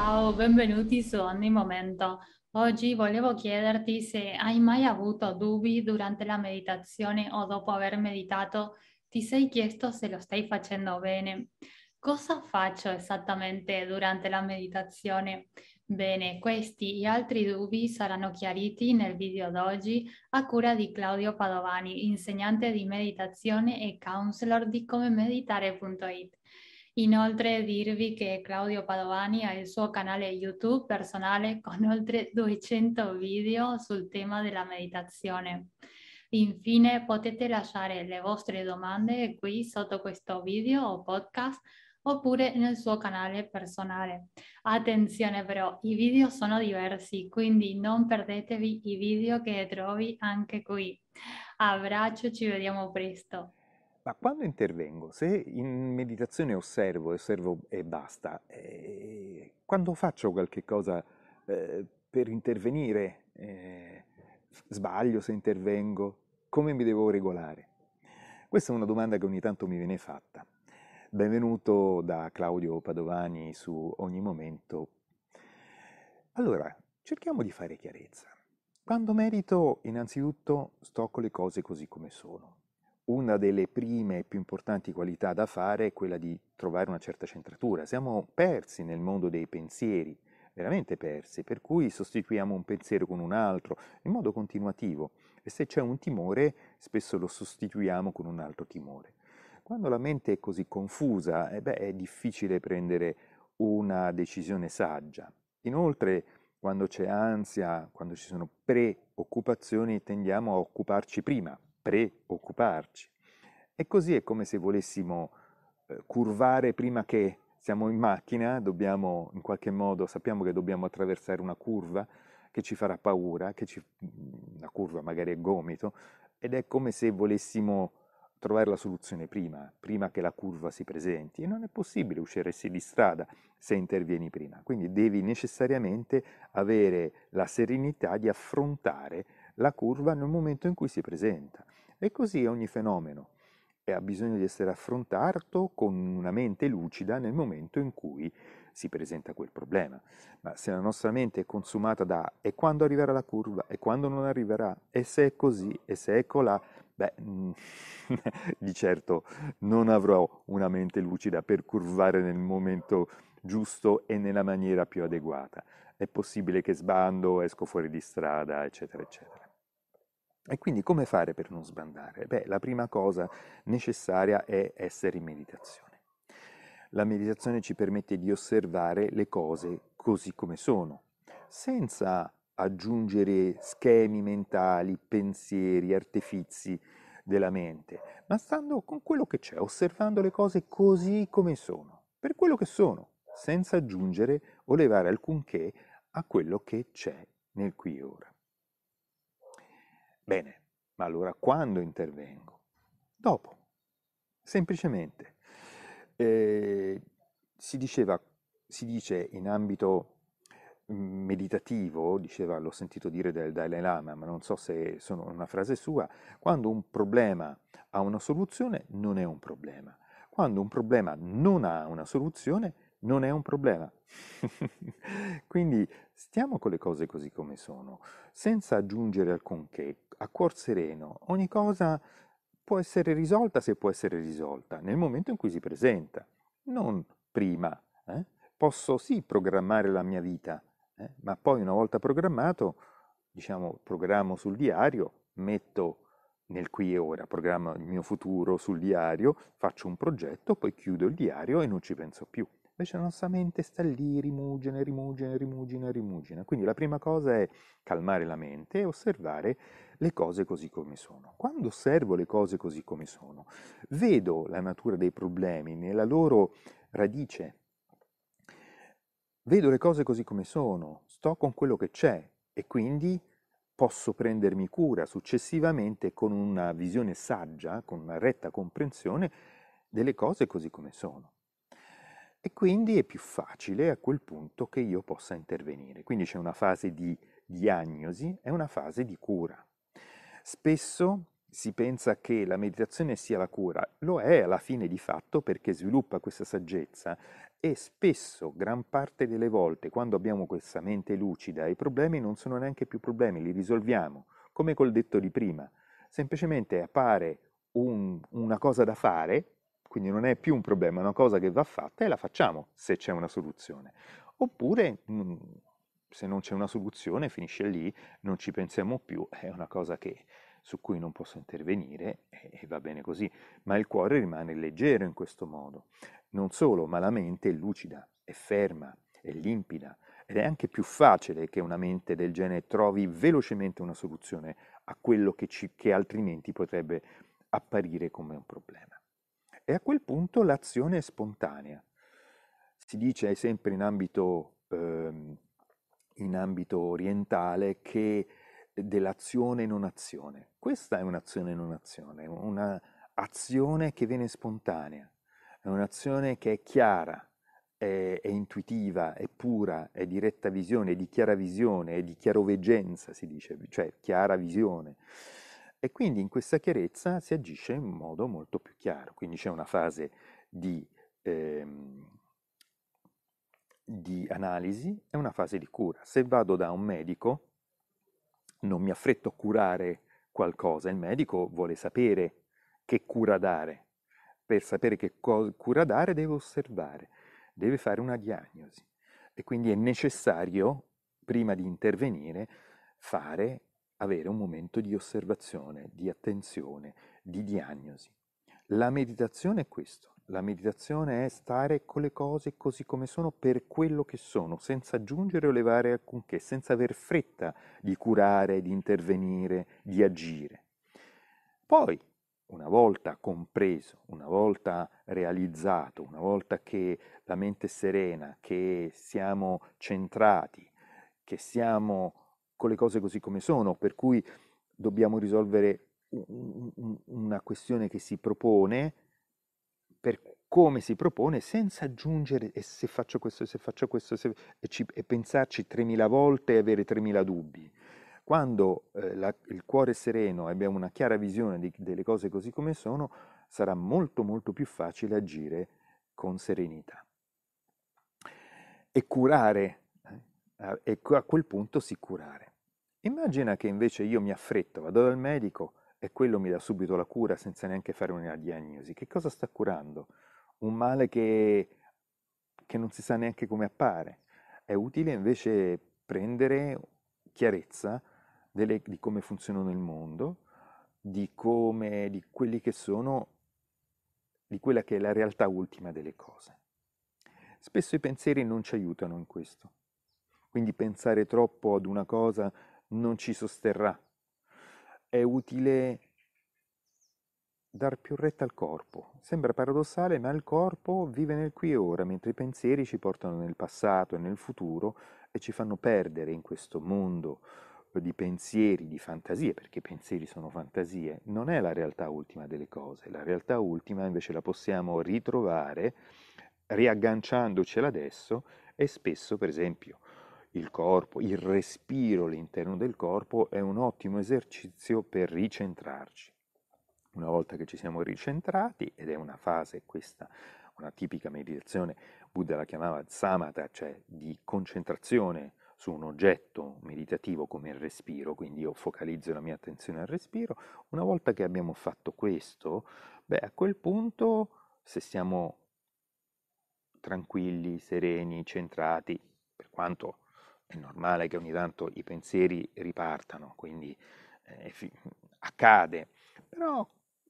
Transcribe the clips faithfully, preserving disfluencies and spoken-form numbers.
Ciao, benvenuti su Ogni Momento. Oggi volevo chiederti se hai mai avuto dubbi durante la meditazione o dopo aver meditato, ti sei chiesto se lo stai facendo bene. Cosa faccio esattamente durante la meditazione? Bene, questi e altri dubbi saranno chiariti nel video d'oggi a cura di Claudio Padovani, insegnante di meditazione e counselor di comemeditare punto it. Inoltre dirvi che Claudio Padovani ha il suo canale YouTube personale con oltre duecento video sul tema della meditazione. Infine potete lasciare le vostre domande qui sotto questo video o podcast oppure nel suo canale personale. Attenzione però, i video sono diversi, quindi non perdetevi i video che trovi anche qui. Abbraccio, ci vediamo presto. Ma quando intervengo, se in meditazione osservo e osservo e basta, eh, quando faccio qualche cosa eh, per intervenire, eh, sbaglio se intervengo, come mi devo regolare? Questa è una domanda che ogni tanto mi viene fatta. Benvenuto da Claudio Padovani su Ogni Momento. Allora, cerchiamo di fare chiarezza. Quando medito, innanzitutto sto con le cose così come sono. Una delle prime e più importanti qualità da fare è quella di trovare una certa centratura. Siamo persi nel mondo dei pensieri, veramente persi, per cui sostituiamo un pensiero con un altro in modo continuativo e se c'è un timore spesso lo sostituiamo con un altro timore. Quando la mente è così confusa, eh beh, è difficile prendere una decisione saggia. Inoltre, quando c'è ansia, quando ci sono preoccupazioni, tendiamo a occuparci prima, preoccuparci. E così è come se volessimo eh, curvare prima che siamo in macchina, dobbiamo in qualche modo, sappiamo che dobbiamo attraversare una curva che ci farà paura, che ci, una curva magari a gomito, ed è come se volessimo trovare la soluzione prima, prima che la curva si presenti. E non è possibile uscirsi di strada se intervieni prima. Quindi devi necessariamente avere la serenità di affrontare la curva nel momento in cui si presenta. E così ogni fenomeno e ha bisogno di essere affrontato con una mente lucida nel momento in cui si presenta quel problema. Ma se la nostra mente è consumata da e quando arriverà la curva, e quando non arriverà, e se è così, e se è colà, beh, di certo non avrò una mente lucida per curvare nel momento giusto e nella maniera più adeguata. È possibile che sbando, esco fuori di strada, eccetera, eccetera. E quindi come fare per non sbandare? Beh, la prima cosa necessaria è essere in meditazione. La meditazione ci permette di osservare le cose così come sono, senza aggiungere schemi mentali, pensieri, artifizi della mente, ma stando con quello che c'è, osservando le cose così come sono, per quello che sono, senza aggiungere o levare alcunché a quello che c'è nel qui e ora. Bene, ma allora quando intervengo? Dopo, semplicemente. Eh, si diceva, si dice in ambito mm, meditativo, diceva, l'ho sentito dire del Dalai Lama, ma non so se sono una frase sua, quando un problema ha una soluzione non è un problema. Quando un problema non ha una soluzione non è un problema. Quindi stiamo con le cose così come sono, senza aggiungere alcunché, a cuor sereno. Ogni cosa può essere risolta se può essere risolta, nel momento in cui si presenta, non prima. eh. Posso sì programmare la mia vita, eh, ma poi una volta programmato, diciamo, programmo sul diario, metto nel qui e ora, programmo il mio futuro sul diario, faccio un progetto, poi chiudo il diario e non ci penso più. Invece la nostra mente sta lì, rimugina, rimugina, rimugina, rimugina. Quindi la prima cosa è calmare la mente e osservare le cose così come sono. Quando osservo le cose così come sono, vedo la natura dei problemi nella loro radice, vedo le cose così come sono, sto con quello che c'è e quindi posso prendermi cura successivamente con una visione saggia, con una retta comprensione delle cose così come sono. E quindi è più facile a quel punto che io possa intervenire. Quindi c'è una fase di diagnosi e una fase di cura. Spesso si pensa che la meditazione sia la cura. Lo è alla fine di fatto perché sviluppa questa saggezza e spesso, gran parte delle volte, quando abbiamo questa mente lucida, i problemi non sono neanche più problemi, li risolviamo, come col detto di prima. Semplicemente appare un- una cosa da fare, quindi non è più un problema, è una cosa che va fatta e la facciamo se c'è una soluzione. Oppure, mm, se non c'è una soluzione, finisce lì, non ci pensiamo più, è una cosa che su cui non posso intervenire e, e va bene così, ma il cuore rimane leggero in questo modo. Non solo, ma la mente è lucida, è ferma, è limpida ed è anche più facile che una mente del genere trovi velocemente una soluzione a quello che, ci, che altrimenti potrebbe apparire come un problema. E a quel punto l'azione è spontanea. Si dice sempre in ambito, ehm, in ambito orientale che dell'azione non azione. Questa è un'azione non azione, un'azione che viene spontanea, è un'azione che è chiara, è, è intuitiva, è pura, è diretta visione, è di chiara visione, è di chiaroveggenza, si dice, cioè chiara visione. E quindi in questa chiarezza si agisce in modo molto più chiaro. Quindi c'è una fase di, ehm, di analisi e una fase di cura. Se vado da un medico, non mi affretto a curare qualcosa, il medico vuole sapere che cura dare. Per sapere che co- cura dare deve osservare, deve fare una diagnosi e quindi è necessario, prima di intervenire, fare, avere un momento di osservazione, di attenzione, di diagnosi. La meditazione è questo. La meditazione è stare con le cose così come sono per quello che sono, senza aggiungere o levare alcunché, senza aver fretta di curare, di intervenire, di agire. Poi, una volta compreso, una volta realizzato, una volta che la mente è serena, che siamo centrati, che siamo con le cose così come sono, per cui dobbiamo risolvere un- un- una questione che si propone per come si propone senza aggiungere e se faccio questo, e se faccio questo, se- e, ci- e pensarci tremila volte e avere tremila dubbi. Quando eh, la- il cuore è sereno e abbiamo una chiara visione di- delle cose così come sono, sarà molto molto più facile agire con serenità. E curare, eh, a- e a quel punto sì curare. Immagina che invece io mi affretto, vado dal medico e quello mi dà subito la cura senza neanche fare una diagnosi. Che cosa sta curando? Un male che, che non si sa neanche come appare. È utile invece prendere chiarezza delle- di come funzionano il mondo, di come, di quelli che sono, di quella che è la realtà ultima delle cose. Spesso i pensieri non ci aiutano in questo, quindi pensare troppo ad una cosa non ci sosterrà. È utile dar più retta al corpo. Sembra paradossale, ma il corpo vive nel qui e ora, mentre i pensieri ci portano nel passato e nel futuro e ci fanno perdere in questo mondo di pensieri, di fantasie, perché i pensieri sono fantasie, non è la realtà ultima delle cose. La realtà ultima invece la possiamo ritrovare riagganciandocela adesso e spesso, per esempio, il corpo, il respiro all'interno del corpo è un ottimo esercizio per ricentrarci. Una volta che ci siamo ricentrati, ed è una fase questa, una tipica meditazione, Buddha la chiamava samatha, cioè di concentrazione su un oggetto meditativo come il respiro, quindi io focalizzo la mia attenzione al respiro. Una volta che abbiamo fatto questo, beh, a quel punto, se siamo tranquilli, sereni, centrati, per quanto è normale che ogni tanto i pensieri ripartano, quindi eh, fi- accade, però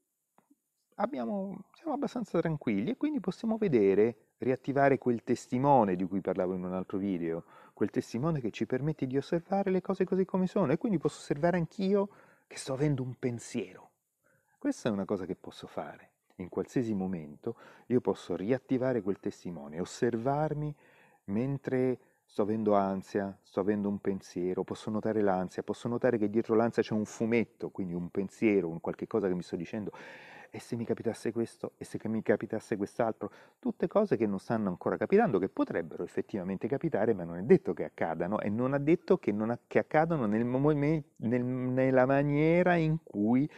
abbiamo- siamo abbastanza tranquilli e quindi possiamo vedere, riattivare quel testimone di cui parlavo in un altro video, quel testimone che ci permette di osservare le cose così come sono e quindi posso osservare anch'io che sto avendo un pensiero. Questa è una cosa che posso fare. In qualsiasi momento io posso riattivare quel testimone, osservarmi mentre sto avendo ansia, sto avendo un pensiero, posso notare l'ansia, posso notare che dietro l'ansia c'è un fumetto, quindi un pensiero, un qualche cosa che mi sto dicendo. E se mi capitasse questo? E se mi capitasse quest'altro? Tutte cose che non stanno ancora capitando, che potrebbero effettivamente capitare, ma non è detto che accadano e non è detto che, non, che accadano nel, nel, nella maniera in cui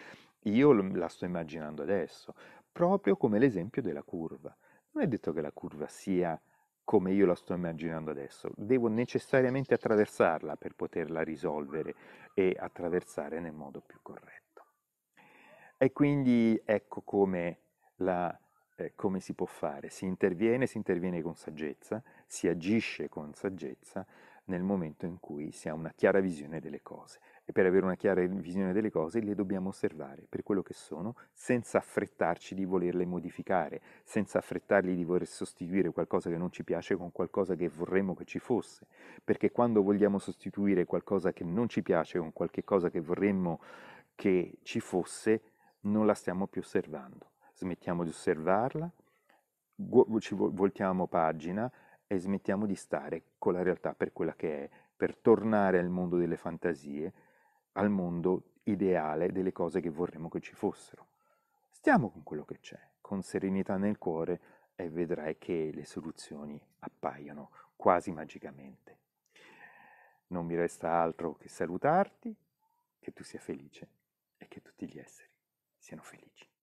io l- la sto immaginando adesso, proprio come l'esempio della curva. Non è detto che la curva sia come io la sto immaginando adesso, devo necessariamente attraversarla per poterla risolvere e attraversare nel modo più corretto. E quindi ecco come, la, eh, come si può fare. Si interviene, si interviene con saggezza, si agisce con saggezza nel momento in cui si ha una chiara visione delle cose. E per avere una chiara visione delle cose le dobbiamo osservare per quello che sono, senza affrettarci di volerle modificare, senza affrettarli di voler sostituire qualcosa che non ci piace con qualcosa che vorremmo che ci fosse. Perché quando vogliamo sostituire qualcosa che non ci piace con qualche cosa che vorremmo che ci fosse, non la stiamo più osservando. Smettiamo di osservarla, gu- ci vo- voltiamo pagina e smettiamo di stare con la realtà per quella che è, per tornare al mondo delle fantasie, al mondo ideale delle cose che vorremmo che ci fossero. Stiamo con quello che c'è, con serenità nel cuore e vedrai che le soluzioni appaiono quasi magicamente. Non mi resta altro che salutarti, che tu sia felice e che tutti gli esseri siano felici.